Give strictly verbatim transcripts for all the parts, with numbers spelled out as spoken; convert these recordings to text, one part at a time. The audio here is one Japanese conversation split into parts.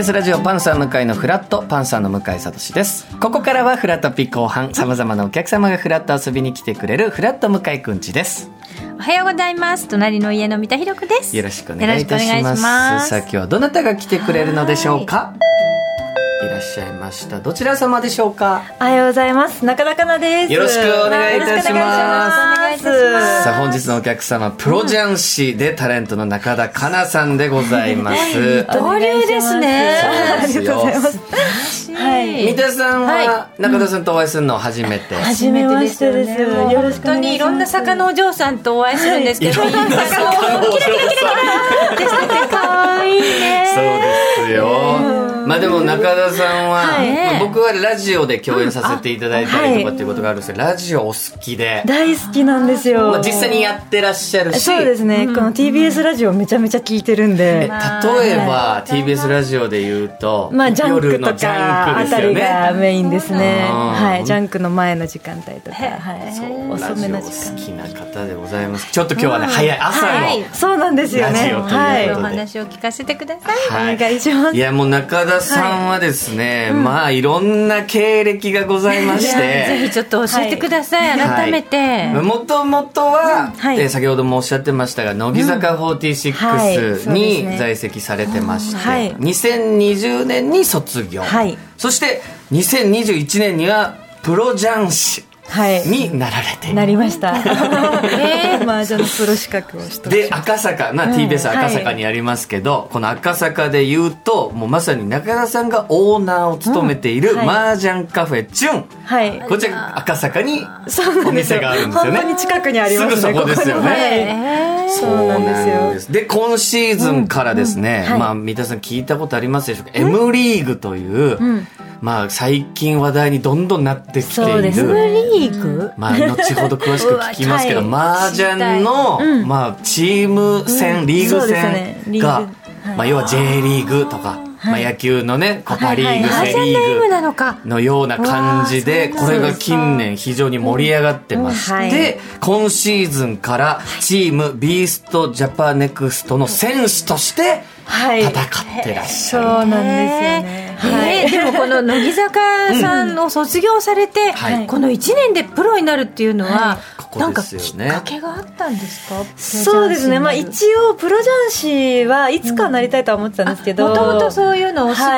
ーエス ラジオパンサー向井のフラット、パンサーの向井聡です。ここからはフラットピ後半、様々なお客様がフラット遊びに来てくれるフラット向井くんちです。 おはようございます。隣の家の三田寛子です。 よろしくお願いいたします。ますさあ今日はどなたが来てくれるのでしょうか。いらっしゃいました。どちら様でしょうか。 おはようございます。中田香奈です。 よろしくお願いいたします。さあ本日のお客様、プロ雀士でタレントの中田香奈さんでございます。 同僚ですね。 ありがとうございます。 はい、三田さんは中田さんとお会いするの初めて。 初めましてです。よろしくお願いします。 本当にいろんな坂のお嬢さんとお会いするんですけど、いろんな坂のお嬢さんキラキラキラキラしてて可愛いね。 そうですよ。まあでも中田さんは、はいまあ、僕はラジオで共演させていただいたりとかっていうことがあるんですけど、はい、ラジオお好きで大好きなんですよ、 まあ、実際にやってらっしゃるし。 そうですね、うん、この ティービーエス ラジオめちゃめちゃ聞いてるんで、 例えば、はい、ティービーエス ラジオで言うと、 まあ、ジャンクとかあたりがメインですね、はい、ジャンクの前の時間帯とか、はい、そう遅めの時間。 好きな方でございます。ちょっと今日はね、早い朝の、はい、 そうなんですよね。 ラジオということで、はい、 お話を聞かせてください、 はい、お願いします。 いやもう中田さんはですね、はいうん、まあいろんな経歴がございましてぜひちょっと教えてください、はい、改めて。 もともとは、うんはいえー、先ほどもおっしゃってましたが乃木坂フォーティーシックスに在籍されてまして、はい、にせんにじゅうねんに卒業、はい、そしてにせんにじゅういちねんにはプロ雀士になられて、 はい、なりました。えー、マージャンのプロ資格を取得で赤坂、まあ、ティービーエス 赤坂にありますけど、はい、この赤坂で言うともうまさに中田さんがオーナーを務めているマージャンカフェチュン、はい、こちら赤坂にお店があるんですよね。 本当に近くにありますね。 すぐそこですよね。 はい、そうなんですよ。 で今シーズンからですね、うんうんはい、まあ、三田さん聞いたことありますでしょうか、うん、M リーグという、うんまあ、最近話題にどんどんなってきている。 そうです。 M リーグ、 まあ、後ほど詳しく聞きますけど麻雀の、うんまあ、チーム戦、うん、リーグ戦が、ねはいまあ、要は J リーグとか、はいまあ、野球のねコパリーグ、はいはい、セリーグのような感じでこれが近年非常に盛り上がってまして、うんはい、今シーズンからチームビーストジャパネクストの選手として戦ってらっしゃる、 はい、そうなんですよね。 はい、でもこの乃木坂さんを卒業されて、うん、このいちねんでプロになるっていうのは、はい、なんかきっかけがあったんですか？ そうですね、まあ、一応プロ雀士はいつかなりたいとは思ってたんですけど、 もともとそういうのを好きで、はい、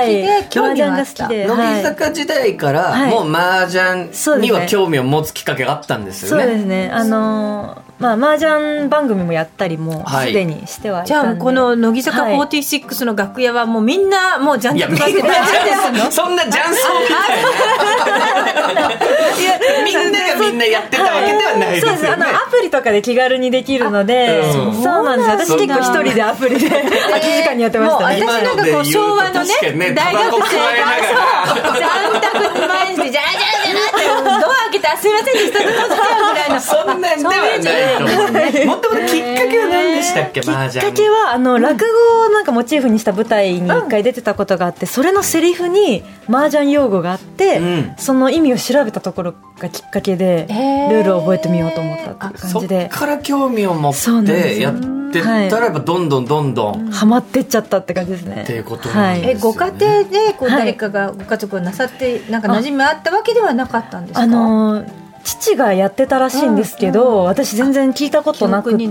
興味があった。 乃木坂時代からもう麻雀には興味を持つきっかけがあったんですよね。 そうですね、あのーまあ、麻雀番組もやったりもすでにしてはいたんで、 はい、じゃあこの乃木坂フォーティーシックスの楽屋はもうみんなもうジャンプかけてたのそんな雀荘みたいなみんながみんなやってたわけではないですよね。 そうです、あのアプリとかで気軽にできるので、うん、そうなんですよ。私結構一人でアプリで空き時間にやってましたね。 もう私なんかこう昭和のね大学生がそうジャンタク毎日ジャラジャラジャラってドア開けてすいませんでしたと閉じちゃうぐらいのそんなんではないもともときっかけは何でしたっけ？ きっかけはあの落語をなんかモチーフにした舞台に一回出てたことがあって、それのセリフに麻雀用語があって、うん、その意味を調べたところがきっかけでルールを覚えてみようと思ったっていう感じで、 そっから興味を持ってやってったらやっぱどんどんどんどんハマってっちゃったって感じですね。 っていうことなんですよね。 えご家庭でこう誰かがご家族をなさってなんか馴染みあったわけではなかったんですか？ あのー父がやってたらしいんですけど、うんうん、私全然聞いたことなくって、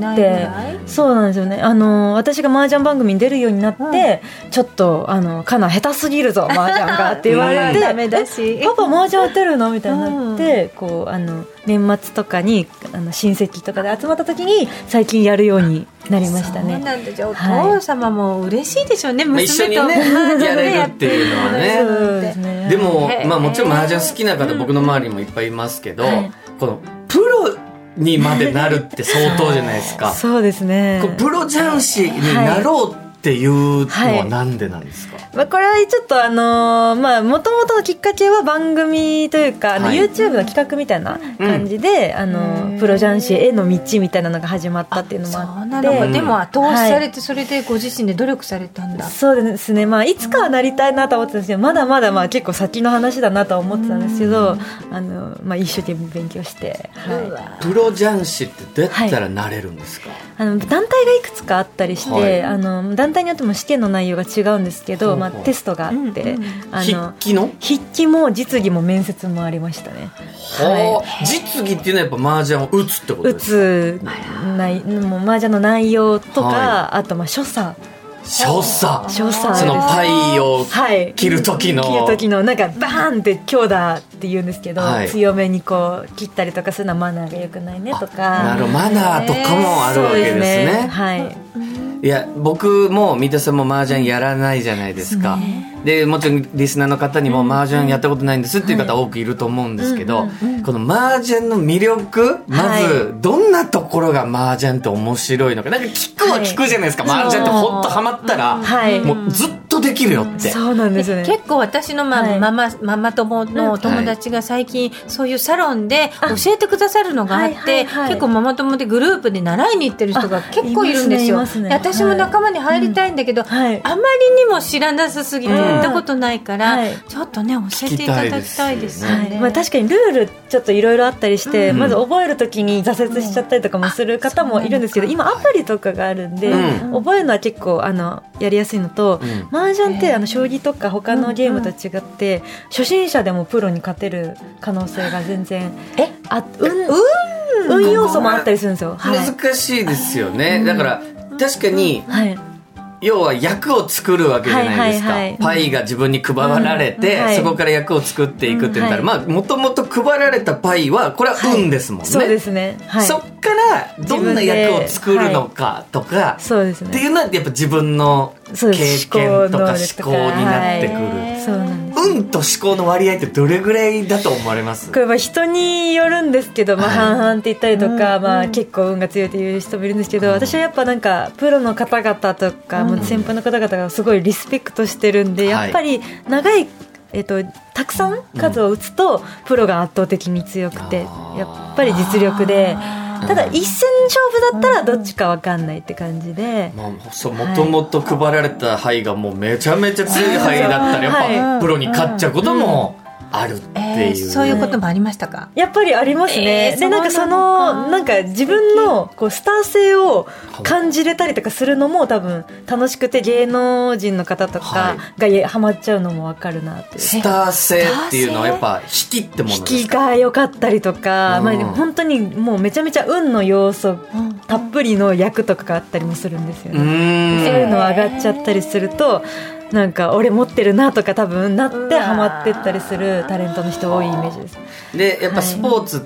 そうなんですよね。あの私が麻雀番組に出るようになって、うん、ちょっとあのカナ下手すぎるぞ麻雀がって言われて、 ダメだしパパ麻雀打てるのみたいになって、うん、こうあの年末とかにあの親戚とかで集まった時に最近やるようになりましたね。 そうなんだ。じゃあお父様も嬉しいでしょうね、はい、 娘と、 ね、 やれるっていうのはね。そうですね。でも、まあ、もちろん麻雀好きな方、僕の周りにもいっぱいいますけど、はい、このプロにまでなるって相当じゃないですか。 そうですね。 プロ雀士になろうっていうのはなんでなんですか？はい、 まあ、これはちょっとあのー、まあもともとのきっかけは番組というか、あの YouTube の企画みたいな感じで、うん、あのプロ雀士への道みたいなのが始まったっていうのもあって、 そうなのか。でも後押しされて、それでご自身で努力されたんだ。 はい、そうですね、まあ、いつかはなりたいなと思ってたんですけど、まだまだまあ結構先の話だなとは思ってたんですけど、あの、まあ、一生懸命勉強して、 はい、プロ雀士ってどうやったらなれるんですか？ はい、あの団体がいくつかあったりして、はい、あの団団体によっても試験の内容が違うんですけど、まあ、テストがあって、うんうん、あの筆記の筆記も実技も面接もありましたね。 はあ、実技っていうのはやっぱ麻雀を打つってことですか？ 打つないもう麻雀の内容とか、はい、あとまあ所作所作所作そのパイを切る時の、 はい、切る時のなんかバーンって強打って言うんですけど、はい、強めにこう切ったりとかするのはマナーが良くないねとか。 なるほど、マナーとかもあるわけですね。そうですね、 はい。 いや僕も三田さんも麻雀やらないじゃないですか。でもちろんリスナーの方にも麻雀やったことないんですっていう方多くいると思うんですけど、この麻雀の魅力、まずどんなところが麻雀って面白いのか。なんか聞くは聞くじゃないですか、はい、麻雀ってほんとハマったら、はい、もうずっとできるよって。 そうなんですよね。 結構私の、まあはい、ママママ友の友達が最近そういうサロンで教えてくださるのがあって、はいはいはい、結構ママ友でグループで習いに行ってる人が結構いるんですよ。すねすね、私も仲間に入りたいんだけど、はい、あまりにも知らなさすぎてやったことないから、はい、ちょっとね教えていただきたいですね。 はい、まあ、確かにルールちょっといろいろあったりして、うん、まず覚えるときに挫折しちゃったりとかもする方もいるんですけど、今アプリとかがあるんで、うん、覚えるのは結構あのやりやすいのと、うん、麻雀ってあの将棋とか他のゲームと違って、うん、初心者でもプロに勝てる可能性が全然えあうん、うん、運要素もあったりするんですよ。 難しいですよね、はい、だから確かに、はい、要は役を作るわけじゃないですか、はいはいはい、パイが自分に配られて、うんはい、そこから役を作っていくって言ったら、うんはい、まあもともと配られたパイはこれは運ですもんね、はい、 そうですね、はい、 そっからどんな役を作るのかとか、はい、そうですね、っていうのはやっぱ自分の経験とか思考になってくる、はい、そうなんです。運と思考の割合ってどれぐらいだと思われます？ これは人によるんですけど、まあ、半々って言ったりとか、はい、まあ、結構運が強いという人もいるんですけど、うん、私はやっぱなんかプロの方々とか、うん、先輩の方々がすごいリスペクトしてるんで、うん、やっぱり長い、えっと、たくさん数を打つと、うん、プロが圧倒的に強くて、やっぱり実力で、ただ一戦勝負だったらどっちか分かんないって感じで、 まあ、そうもともと配られた牌がもうめちゃめちゃ強い牌だったらやっぱプロに勝っちゃうこともあるっていう、えー、 そういうこともありましたか？ やっぱりありますね、えー、でなんかそのなんか自分のこうスター性を感じれたりとかするのも多分楽しくて、芸能人の方とかがハマっちゃうのも分かるなっていう。 スター性っていうのはやっぱ引きってものですか？ 引きが良かったりとか、うん、まあ、本当にもうめちゃめちゃ運の要素たっぷりの役とかがあったりもするんですよね。うん、そういうの上がっちゃったりするとなんか俺持ってるなとか多分なってハマってったりするタレントの人多いイメージです。 でやっぱスポーツって、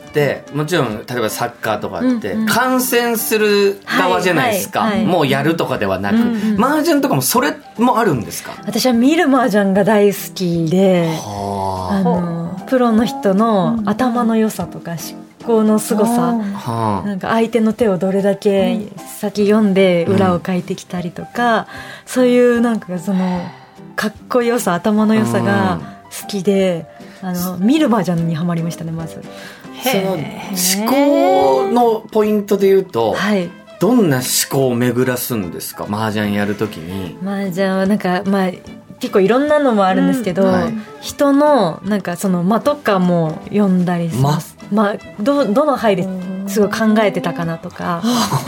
はい、もちろん例えばサッカーとかって観戦する側じゃないですか、はいはいはい、もうやるとかではなく、うんうん、麻雀とかもそれもあるんですか？ 私は見る麻雀が大好きで、あのプロの人の頭の良さとか思考のすごさ、なんか相手の手をどれだけ先読んで裏を書いてきたりとか、うん、そういうなんかそのかっこよさ、頭の良さが好きで、あの見る麻雀にハマりましたね。まずその思考のポイントで言うと、はい、どんな思考を巡らすんですか？麻雀やるときに。 麻雀はなんかまあ結構いろんなのもあるんですけど、うん、はい、人のなんかその間とかも読んだりします。まあ、ど, どの牌ですごい考えてたかなとか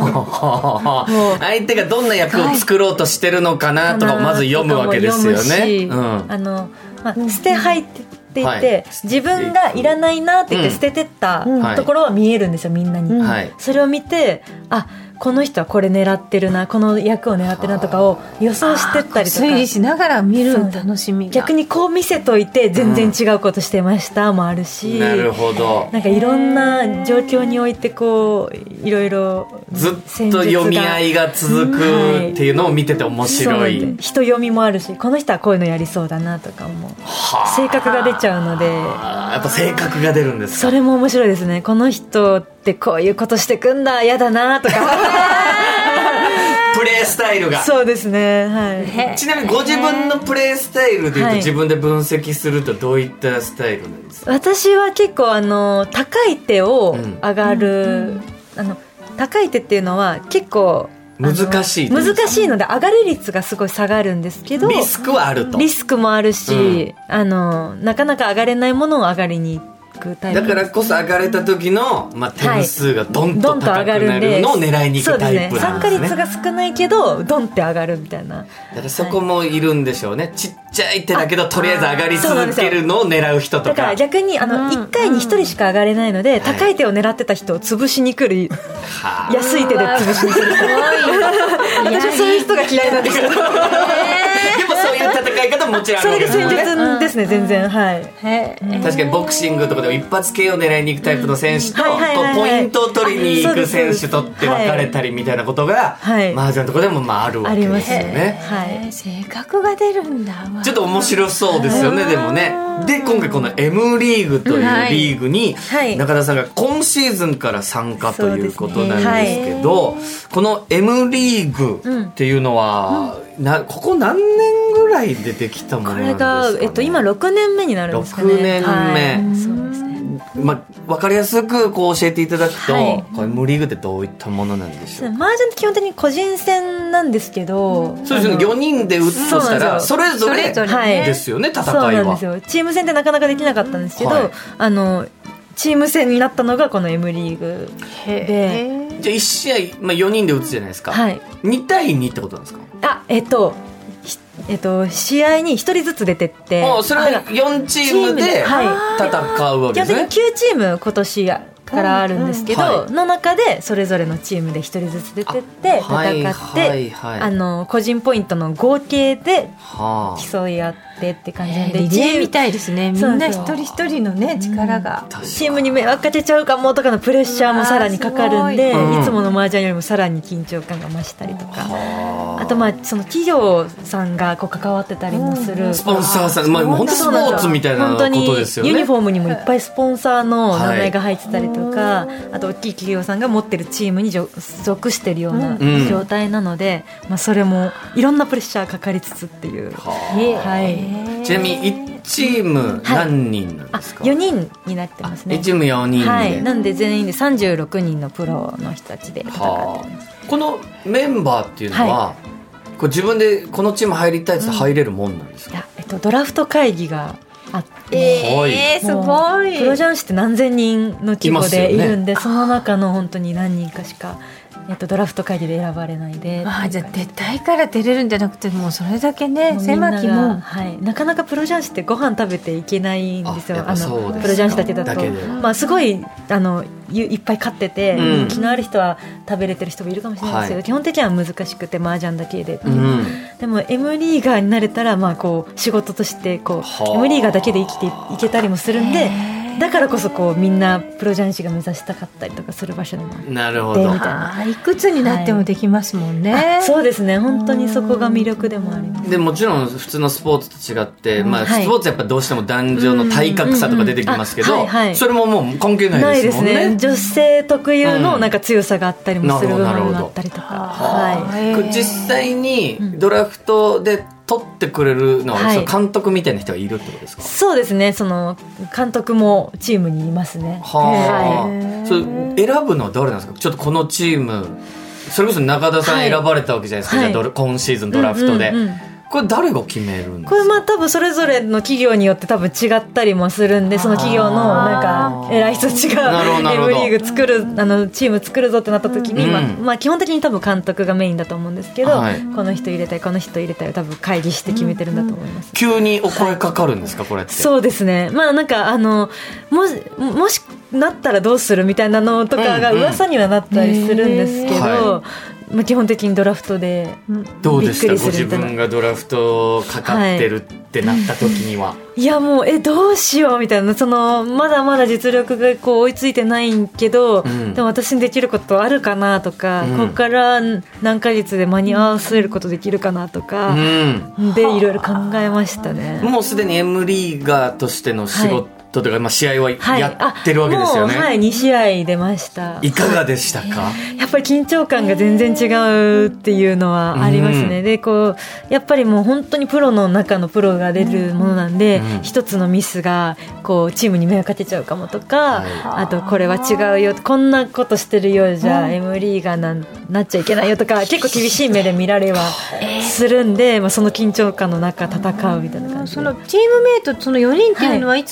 相手がどんな役を作ろうとしてるのかなとかをまず読むわけですよね。うん、 あのまあ、捨て牌って言って、はい、自分がいらないなって言って捨ててったところは見えるんですよ、みんなに、はい、それを見て、あ、この人はこれ狙ってるな、この役を狙ってるなとかを予想してったりとか、 推理しながら見る楽しみが、 逆にこう見せといて全然違うことしてましたもあるし、うん、 なるほど、 なんかいろんな状況においてこういろいろずっと読み合いが続くっていうのを見てて面白い、 うん、人読みもあるし、この人はこういうのやりそうだなとかも性格が出ちゃうので、 やっぱ性格が出るんですか？ それも面白いですね。この人ってこういうことしてくんだ、やだなとかプレースタイルが。 そうですね、はい、 ちなみにご自分のプレースタイルでいうと、はい、自分で分析するとどういったスタイルなんですか？ 私は結構あの高い手を上がる、うん、あの高い手っていうのは結構難しい難しいので上がる率がすごい下がるんですけど、 リスクはあると。 リスクもあるし、うん、あのなかなか上がれないものを上がりにくタイプだからこそ上がれた時の、まあ、点数がドンと高くなるのを狙いに行くタイプなんですね。 参加率が少ないけどドンって上がるみたいな。 だからそこもいるんでしょうね、はい、ちっちゃい手だけどとりあえず上がり続けるのを狙う人とか。 だから逆にあのいっかいにひとりしか上がれないので、うん、高い手を狙ってた人を潰しに来る、はい、安い手で潰しに来る人私はそういう人が嫌いなんですけどでもそういう戦い方ももちろんあるわけですね。 それが戦術ですね、うん、全然、はい、 確かにボクシングとかでも一発系を狙いに行くタイプの選手と、うん、ポイントを取りに行く選手とって分かれたりみたいなことが、はい、麻雀のところでもまああるわけですよね。 はい、性格が出るんだ。 ちょっと面白そうですよね、でもね。で今回この M リーグというリーグに中田さんが今シーズンから参加ということなんですけど、この M リーグっていうのは、うん、なここ何年ぐらいでできたものなんですかね。 これが、えっと、今ろくねんめになるんですかね。 ろくねんめ、はい、 そうですね。 まあ、分かりやすくこう教えていただくと、はい、これ M リーグってどういったものなんでしょうか。 麻雀って基本的に個人戦なんですけど、 そうですね、よにんで打つとしたらそれぞれですよね、戦いは。 そうなんですよ。チーム戦ってなかなかできなかったんですけど、はい、あのチーム戦になったのがこの M リーグで、 じゃあいち試合、まあ、よにんで打つじゃないですか、はい、に対にってことなんですか。 あ、えっとえっと、試合にひとりずつ出てって、 あ、それはよんチームで戦うわけですね。 基本的にきゅうチーム今年からあるんですけど、はい、の中でそれぞれのチームでひとりずつ出てって戦って、はいはいはい、あの個人ポイントの合計で競い合ってって感じで、 リレーみたいですね。みんな一人一人のね力が、 うん、チームに迷惑かけちゃうかもとかのプレッシャーもさらにかかるんで、いつもの麻雀よりもさらに緊張感が増したりとか、あとまあその企業さんがこう関わってたりもする、うん、 スポンサーさん、まあ、本当スポーツみたいなことですよね。 ユニフォームにもいっぱいスポンサーの名前が入ってたりとか、はい、あと大きい企業さんが持ってるチームに属してるような状態なので、うん、まあ、それもいろんなプレッシャーかかりつつっていう、はい、 ちなみにいちチーム何人なんですか。 はい、よにんになってますね。 いちチームよにんで、 はい、なんで全員でさんじゅうろくにんのプロの人たちで戦ってます。 このメンバーっていうのは、はい、こう自分でこのチーム入りたいって入れるもんなんですか。うん、いや、 えっと、ドラフト会議があって、 えー、すごい。 プロ雀士って何千人の規模でいるんで、ね、その中の本当に何人かしか、えっと、ドラフト会議で選ばれないで、 あ、じゃあ出たいから出れるんじゃなくて、もうそれだけね、狭きも、 はい、なかなかプロ雀士ってご飯食べていけないんですよ。あのプロ雀士だけだとだまあ、すごいあのいっぱい勝ってて、うん、人気のある人は食べれてる人もいるかもしれないですけど、はい、基本的には難しくて麻雀だけで、うん、でも M リーガーになれたら、まあ、こう仕事としてこう M リーガーだけで生きていけたりもするんで、だからこそこうみんなプロ雀士が目指したかったりとかする場所でもあって、 なるほど、 みたいな。 いくつになってもできますもんね、 はい、そうですね、本当にそこが魅力でもあります。 でもちろん普通のスポーツと違って、まあ、スポーツやっぱどうしても男女の体格差とか出てきますけど、それももう関係ないですもんね。 ないですね。女性特有のなんか強さがあったりもする部分があったりとか、 はい、実際にドラフトで取ってくれるのは、はい、監督みたいな人がいるってことですか。 そうですね、その監督もチームにいますね。 は、はい、それ選ぶのは誰なんですか。ちょっとこのチーム、それこそ中田さん選ばれたわけじゃないですか、はい、じゃあ今シーズンドラフトで、うんうんうん、これ誰が決めるんですか。 これまあ多分それぞれの企業によって多分違ったりもするんで、その企業のなんか偉い人たちが M リーグ作る、あのチーム作るぞってなった時に、うんまあまあ、基本的に多分監督がメインだと思うんですけど、はい、この人入れたいこの人入れたい多分会議して決めてるんだと思います。 急にお声かかるんですか、はい、これって。 そうですね、まあなんかあのもしもしなったらどうするみたいなのとかが噂にはなったりするんですけど、うんうんまあ、基本的にドラフトでどうでしたご自分がドラフトかかってるってなった時には、はい、 いやもうえどうしようみたいな、そのまだまだ実力がこう追いついてないけど、うん、でも私にできることあるかなとか、うん、ここから何ヶ月で間に合わせることできるかなとか、うん、でいろいろ考えましたね。 もうすでに M リーガーとしての仕事、はいとかまあ試合はやってるわけですよね。 はい、はい、に試合出ました。 いかがでしたか。 やっぱり緊張感が全然違うっていうのはありますね、うん、でこうやっぱりもう本当にプロの中のプロが出るものなんで、うん、一つのミスがこうチームに迷惑かけちゃうかもとか、はい、あとこれは違うよ、こんなことしてるようじゃ、うん、M リーガーなんなっちゃいけないよとか結構厳しい目で見られはするんで、まあ、その緊張感の中戦うみたいな感じで。 そのチームメイトそのよにんっていうのはいつも同じ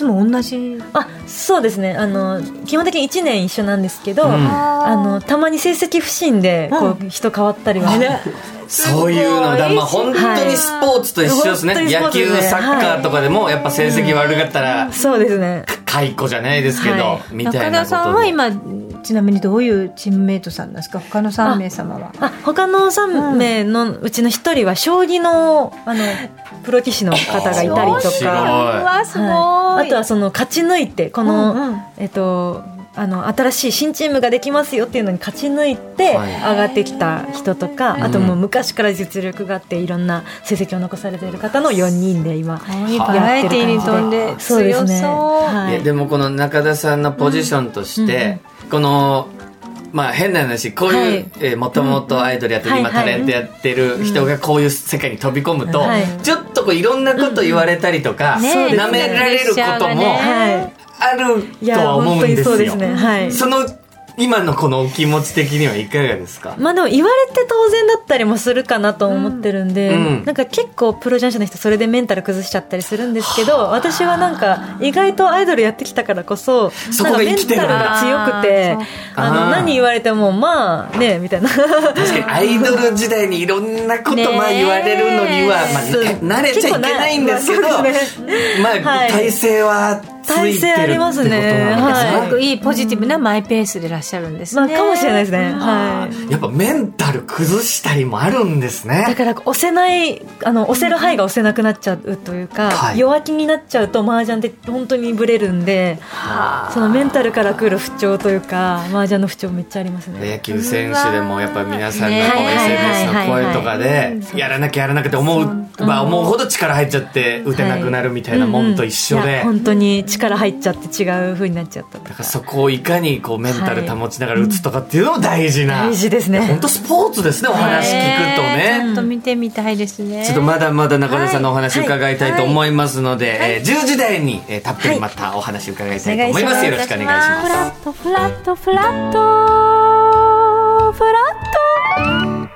年あそうですね、あの基本的にいちねん一緒なんですけど、うん、あのたまに成績不振でこう、うん、人変わったりは、ね、 そういうのだ、まあ、本当にスポーツと一緒ですね、はい、野球サッカーとかでもやっぱ成績悪かったら、うん、 そうですね、 解雇じゃないですけど、はい、みたいなことで。 中田さんは今ちなみにどういうチームメイトさんなんですか、他のさんめい様は。 ああ他のさんめいのうちのひとりは将棋 の, あのプロ棋士の方がいたりとか、 わすごい、 はい、あとはその勝ち抜いてこの、うんうん、えっとあの新しい新チームができますよっていうのに勝ち抜いて上がってきた人とか、はい、あともう昔から実力があっていろんな成績を残されている方のよにんで今やってる感じで、 バラエティーに飛んで強そう。 そうですね、 はい、いやでもこの中田さんのポジションとして、うん、このまあ変な話、こういう、はい、えー、もともとアイドルやってる、うん、今タレントやってる人がこういう世界に飛び込むと、はい、ちょっとこういろんなこと言われたりとか、うんね、舐められることも、はいあるとは思うんですよ。 そうですね、はい、 その今のこのお気持ち的にはいかがですか？ まあでも言われて当然だったりもするかなと思ってるんで、うん、なんか結構プロ雀士の人それでメンタル崩しちゃったりするんですけど、私はなんか意外とアイドルやってきたからこそそこが生きてるんだ、 なんかメンタルが強くて、あの何言われてもまあねみたいな。 確かにアイドル時代にいろんなことまあ言われるのには、まあ、慣れちゃいけないんですけど、まあ、ね、まあ、はい、体制は体制ありますね、 はい、すごくいいポジティブなマイペースでいらっしゃるんですね、 まあ、かもしれないですね、はい、 やっぱメンタル崩したりもあるんですね。 だから押せないあの押せる範囲が押せなくなっちゃうというか、はい、弱気になっちゃうと麻雀って本当にブレるんで、そのメンタルから来る不調というか麻雀の不調めっちゃありますね。 野球選手でもやっぱ皆さんのこう エスエヌエス の声とかでやらなきゃやらなきゃって思う、まあ、思うほど力入っちゃって打てなくなるみたいなもんと一緒で、はい、 うんうん、本当に力入っちゃって違う風になっちゃったとか、 だからそこをいかにこうメンタル保ちながら打つとかっていうのも大事な、 大事ですね。 本当スポーツですね、お話聞くとね。 ちょっと見てみたいですね。 ちょっとまだまだ中田さんのお話伺いたいと思いますので、はいはい、えー、じゅうじ台に、えー、たっぷりまたお話伺いたいと思います、はい、よろしくお願いします。フラットフラットフラットフラット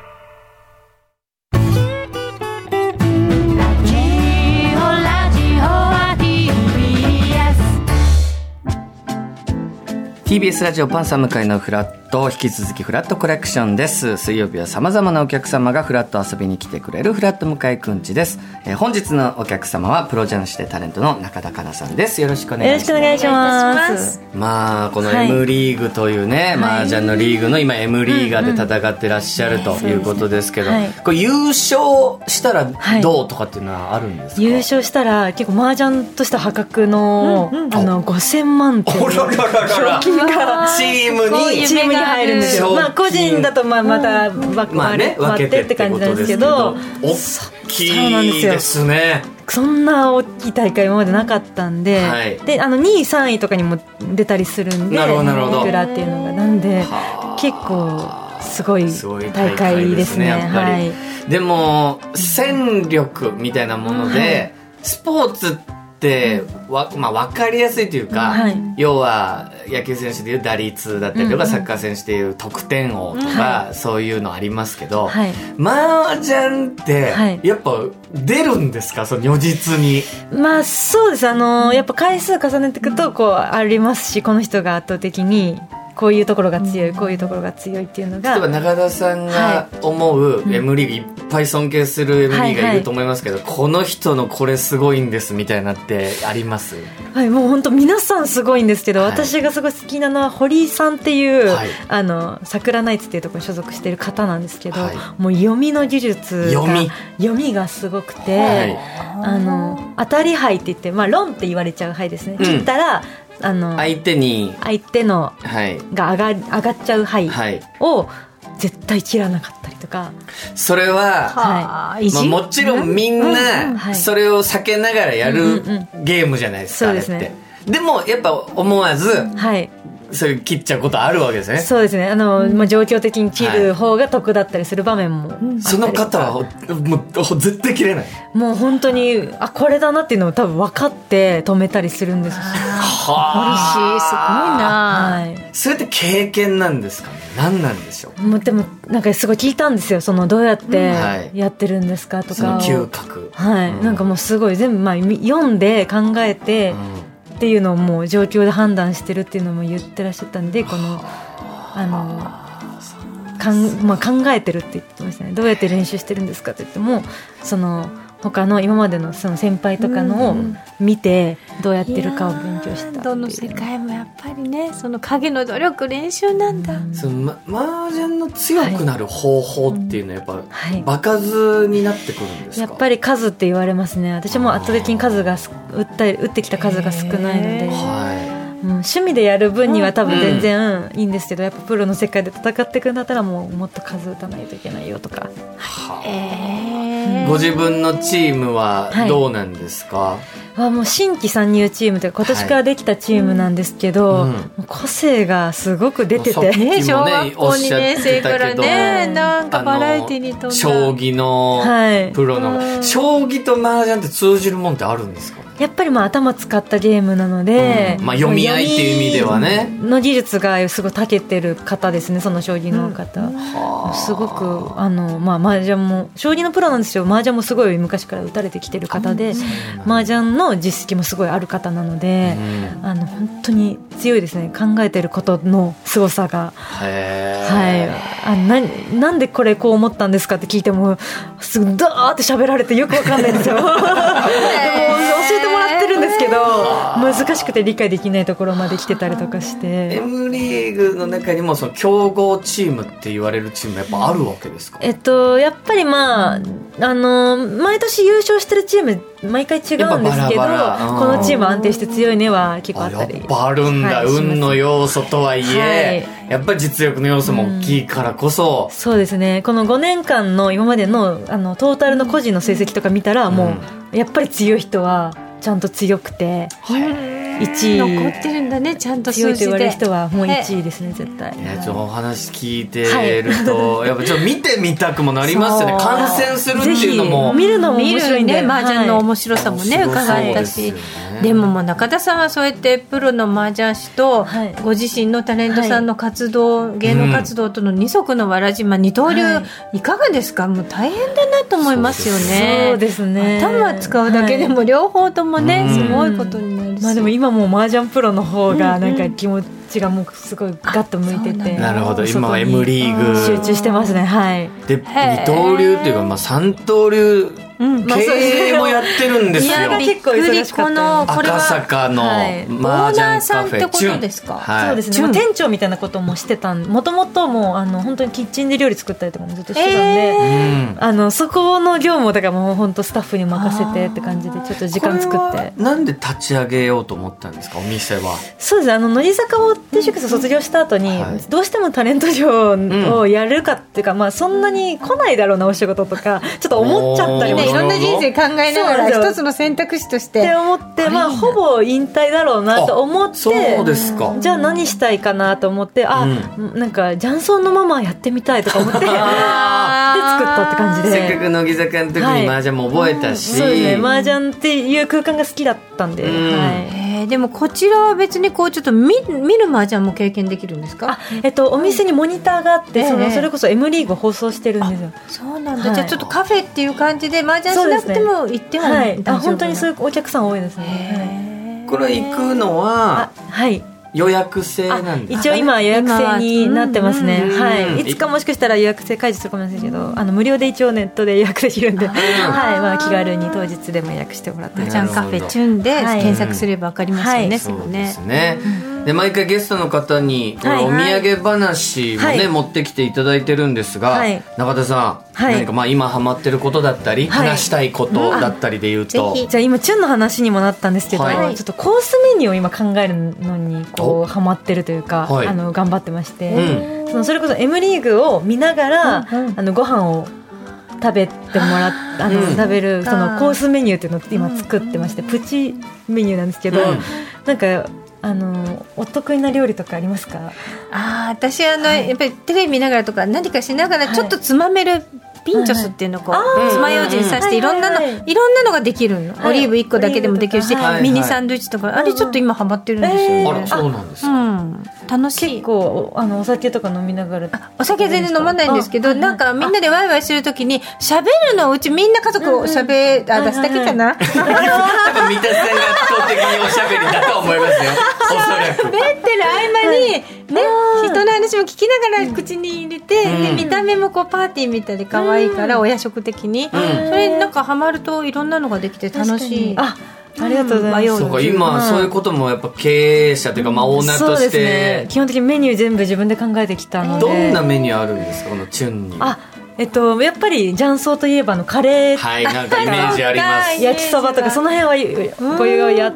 ティービーエス ラジオパンサー向井のフラット、引き続きフラットコレクションです。水曜日は様々なお客様がフラット遊びに来てくれるフラット向井くんちです。えー、本日のお客様はプロ雀士でタレントの中田香奈さんです。よろしくお願いします。 よろしくお願いします。 まあこの M リーグというね、はい、麻雀のリーグの今 M リーガーで戦ってらっしゃるということですけど、はい、これ優勝したらどうとかっていうのはあるんですか？ 優勝したら結構麻雀とした破格の、うんうん、あのごせんまんっていう賞金がチームにチームに入るんですよ。まあ個人だとまあまた割、まあね、割ってって感じなんですけど、 大きいですね。 そんな大きい大会今までなかったんで、はい、であのにいさんいとかにも出たりするんで、 なるほどなるほど、 いくらっていうのがなんで結構すごい大会ですね。はい、 でも戦力みたいなもので、はい、スポーツってわ、まあ、分かりやすいというか、はい、要は野球選手でいう打率だったりとか、うんうん、サッカー選手でいう得点王とか、うん、そういうのありますけど、はい、麻雀ってやっぱ出るんですか、その如実に。 まあそうです、あのやっぱ回数重ねていくとこうありますし、この人が圧倒的にこういうところが強い、こういうところが強いっていうのが、 例えば中田さんが思う M リーグ、はい、いっぱい尊敬する M リーガーいると思いますけど、はいはい、この人のこれすごいんですみたいなってあります？ はい、もう本当皆さんすごいんですけど、はい、私がすごい好きなのは堀井さんっていう、はい、あの桜ナイツっていうところに所属している方なんですけど、はい、もう読みの技術が読み読みがすごくて、はい、あの当たり牌って言って、まあ、論って言われちゃう牌ですね、うん、切ったらあの相手に相手のが上が、上がっちゃう牌を絶対切らなかったりとか、 それは、はいまあ、もちろんみんなそれを避けながらやるゲームじゃないですか、あれって。でもやっぱ思わず、はい、それ切っちゃうことあるわけですね。 そうですね、あの、まあ、状況的に切る方が得だったりする場面もあったりとか、はい、 その方はもう絶対切れない。 もう本当にあこれだなっていうのを多分分かって止めたりするんですし、 はあ、すごいな、 はい、それって経験なんですかね、何なんでしょう。 もうでもなんかすごい聞いたんですよ、そのどうやってやってるんですかとか、 その嗅覚、 はい、うん、なんかもうすごい全部、まあ、読んで考えて、うんっていうのをもう状況で判断してるっていうのも言ってらっしゃったんで、このあのかん、まあ、考えてるって言ってましたね。どうやって練習してるんですかって言っても、その他の今までのその先輩とかのを見てどうやってるかを勉強したっていう。 どの世界もやっぱりね、その影の努力練習なんだ。 そのま、麻雀の強くなる方法っていうのはやっぱ、はい、場数になってくるんですか？ やっぱり数って言われますね。私も圧倒的に数が打った打ってきた数が少ないので、はいうん、趣味でやる分には多分全然いいんですけど、うん、やっぱプロの世界で戦っていくんだったらもうもっと数打たないといけないよとか、 はいえー、ご自分のチームはどうなんですか？はいあもう新規参入チームというか今年からできたチームなんですけど、はいうん、個性がすごく出てて、 ね、小学校にねん生からねなんかバラエティに飛んだ将棋のプロの、はい、将棋と麻雀って通じるもんってあるんですか？ やっぱりまあ頭使ったゲームなので、 うんまあ、読み合いっていう意味ではねの技術がすごい長けてる方ですね。その将棋の方、うん、すごくあの、まあ、麻雀も将棋のプロなんですよ。麻雀もすごい昔から打たれてきてる方で、麻雀の実績もすごいある方なので、うん、あの本当に強いですね。考えてることの凄さがはいあな, なんでこれこう思ったんですかって聞いてもすぐダーって喋られてよくわかんないんですよでも教えてもらってるんですけど難しくて理解できないところまで来てたりとかして。 M リーグの中にもその強豪チームって言われるチームやっぱあるわけですか？ えっとやっぱりまあ、あの毎年優勝してるチーム毎回違うんですけど、バラバラこのチーム安定して強いねは結構あったり。 やっぱあるんだ、はい、運の要素とはいえ、はい、やっぱり実力の要素も大きいからこそ、 うん、そうですね。このごねんかんの今まで の, あのトータルの個人の成績とか見たら、うん、もうやっぱり強い人はちゃんと強くて、いちい残ってるんだね。ちゃんと強いと言われる人はもういちいですね絶対。 いやちょっとお話聞いてると、はい、やっぱちょっと見てみたくもなりますよね。観戦するっていうのも見るのも面白いんで、 ね、麻雀の面白さもね、はい、伺ったし、で, ね、でももう中田さんはそうやってプロの麻雀師とご自身のタレントさんの活動、はい、芸能活動との二足のわらじ、まあ、二刀流、はい、いかがですか？もう大変だなと思いますよね。 そうですね。 頭使うだけでも両方ともね、はい、すごいことになるし、 まあ、でも今もう麻雀プロの方がなんか気持ちがもうすごいガッと向いてて、 なるほど。今は M リーグ集中してますね。はい。 で二刀流っていうか、まあ、三刀流うん経営もやってるんですよ。いや結構忙しかった。 赤坂の麻雀カフェ、 はい、オーナーさんってことですか？ はい、そうですね。店長みたいなこともしてたん。もともともうあの本当にキッチンで料理作ったりとかもずっとしてたんで、えー、あのそこの業務とかも本当スタッフに任せてって感じでちょっと時間作って。 なんで立ち上げようと思ったんですか？お店は。 そうですね。あの乃木坂を定食卒業した後に、はい、どうしてもタレント業をやるかっていうか、うん、まあそんなに来ないだろうなお仕事とかちょっと思っちゃったりもして、 いろんな人生考えながら一つの選択肢としてって思って、まあ、ほぼ引退だろうなと思って、 そうですか。 じゃあ何したいかなと思って、あ、うん、なんかジャンソンのママやってみたいとか思ってで作ったって感じで、 せっかく乃木坂の時に麻雀も覚えたし、 はい、そうですね。麻雀っていう空間が好きだったんで、うんはいでもこちらは別にこうちょっと 見, 見る麻雀も経験できるんですか？ あ、えっと、お店にモニターがあって、うん、そのそれこそ M リーグを放送してるんですよ。 そうなんだ、はい、じゃあちょっとカフェっていう感じで麻雀しなくても行っても、ねはい、 あ本当にそういうお客さん多いですね。 はい、これ行くのははい予約制なんですか？ 一応今予約制になってますね、うんはい、いつかもしかしたら予約制解除するかもしれないけど、あの無料で一応ネットで予約できるんで、はいまあ、気軽に当日でも予約してもらって、 麻雀カフェチュンで検索すれば分かりますよね、はい、 そうですね、うん、で毎回ゲストの方にお土産話もね、はい、持ってきていただいてるんですが、はい、中田さん、はい、何かまあ今ハマってることだったり、はい、話したいことだったりで言うと、 じゃあ今チュンの話にもなったんですけど、はい、ちょっとコースメニューを今考えるのにこうハマってるというか、はい、あの頑張ってまして、うん、そのそれこそ M リーグを見ながら、うんうん、あのご飯を食べてもらっあの、うん、食べるそのコースメニューっていうのを今作ってまして、うん、プチメニューなんですけど、うん、なんかあのお得意な料理とかありますか？ あ私あの、はい、やっぱりテレビ見ながらとか何かしながらちょっとつまめるピンチョスっていうのをこう爪楊枝に刺していろんなの、はいはいはい、いろんなのができるの、はい、オリーブいっこだけでもできるし、はい、ミニサンドイッチとか、はい、あれちょっと今ハマってるんですよね、 えー、あらそうなんですか、うん、 楽しい。 結構あのお酒とか飲みながら。 お酒全然飲まないんですけど、なんかみんなでワイワイするときに喋るのうちみんな家族を喋、うん、あ出すだけかな、多分三田さんが圧倒的におしゃべりだと思いますよおそらく。 喋ってる合間にね、人の話も聞きながら口に入れて、うん、で見た目もこうパーティーみたいで可愛いから、うん、お夜食的に、うん、それになんかハマるといろんなのができて楽しい。 あ、ありがとうございます。 そうか、今、うん、そういうこともやっぱ経営者というか、まあ、オーナーとして、そうですね、 基本的にメニュー全部自分で考えてきたので。 どんなメニューあるんですか、このチュンに。 あ、えっと、やっぱり雀荘といえばのカレー、 はい、なんかイメージあります焼きそばとかその辺はご用意やって、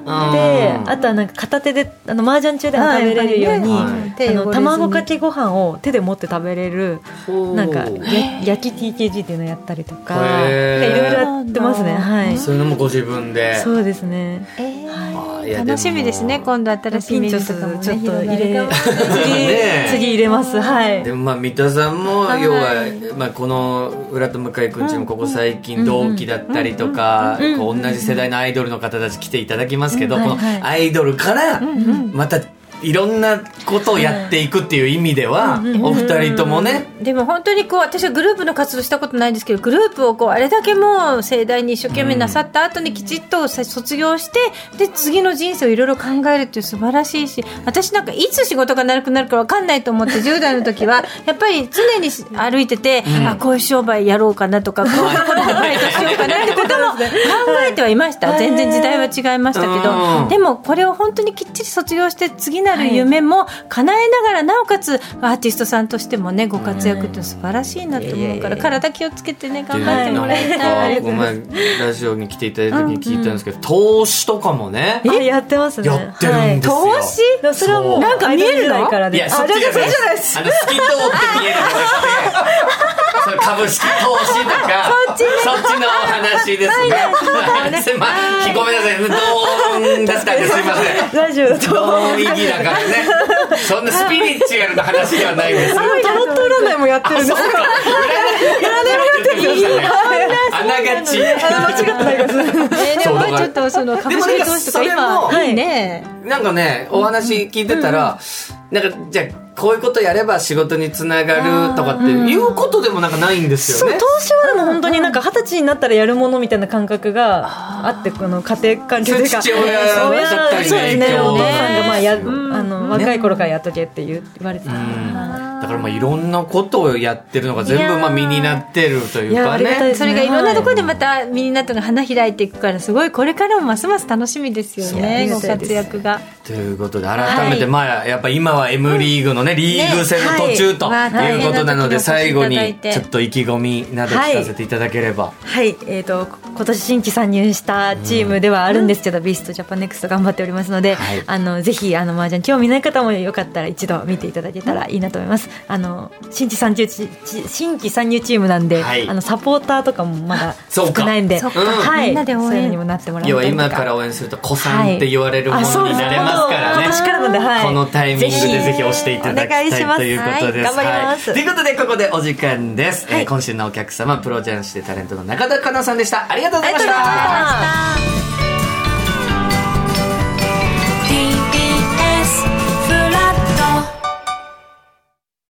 あとはなんか片手であの麻雀中でも食べれるように、はい、あの卵かけご飯を手で持って食べれるなんか焼き ティーケージー っていうのをやったりとかいろいろやってますね、はい、 そういうのもご自分で。 そうですね、 えーはい、楽しみですね。今度新しいメニューとかも、ね、 ちょっと入れ次, 次入れます、はい、 でもまあ三田さんも要は、まあ、この浦戸向井くんちもここ最近同期だったりとか、うんうん、こう同じ世代のアイドルの方たち来ていただきますけど、うん、このアイドルからまたいろんなことをやっていくっていう意味では、うん、お二人ともね、 でも本当にこう私はグループの活動したことないんですけど、グループをこうあれだけもう盛大に一生懸命なさった後にきちっと卒業して、で次の人生をいろいろ考えるっていう素晴らしいし、私なんかいつ仕事がなくなるか分かんないと思ってじゅう代の時はやっぱり常に歩いてて、うん、あこういう商売やろうかなとかこういうところでバイトしようかなってことも考えてはいました。全然時代は違いましたけど、でもこれを本当にきっちり卒業して次なる夢も叶えながら、なおかつアーティストさんとしてもねご活躍って素晴らしいなと思うから、体気をつけてね頑張ってもらいたい。 お前ラジオに来ていただいた時に聞いたんですけど、うんうん、投資とかもねやってますね。 やってるんですよ、 はい、投資それはもうなんか見えるのからで、 いやそっちじゃないです。あの透き通って見えるじゃなくてそれ株式投資とかそっち、ね、そっちのお話ですね。すいません、ごめんなさい、ドーンだったんですいません。 ラジオだとドーン意義だからね。そんなスピリチュアルな話ではないです。 タロット占いもやってるんですか。占いもやってるんですね。 あながち間違ってないです。 えー、でもちょっとその株式投資とか今いいね。 なんかねお話聞いてたら、うん、なんかじゃあこういうことやれば仕事につながるとかっていうことでもなんかないんですよね。 そう、投資はでも本当になんか二十歳になったらやるものみたいな感覚があって、この家庭環境というか父親だったりそうですね、お父さんがまあやあの若い頃からやっとけって言われてた、ね、 だからまあいろんなことをやってるのが全部まあ身になってるというかね。 ね、それがいろんなところでまた身になったのが花開いていくから、すごいこれからもますます楽しみですよね、ご活躍が。 ということで改めて、まあやっぱ今は M リーグのね、リーグ戦の途中ということなので、最後にちょっと意気込みなど聞かせていただければ。 はい、はい、えーと今年新規参入したチームではあるんですけど、うん、ビーストジャパンネクスト頑張っておりますので、はい、あのぜひあの麻雀興味ない方もよかったら一度見ていただけたらいいなと思います。あの新規参入チ新規参入チームなんで、はい、あのサポーターとかもまだ少ないんで、 そうか、はい、みんなで応援、そういうにもなってもらいたいとか。 要は今から応援すると子さんって言われるものになれますからね。 はい、 このタイミングでぜひ押していただきたいということです。 頑張ります、 はい、ということでここでお時間です、はい、えー、今週のお客様プロ雀士でタレントの中田香奈さんでした。ありがとうございました。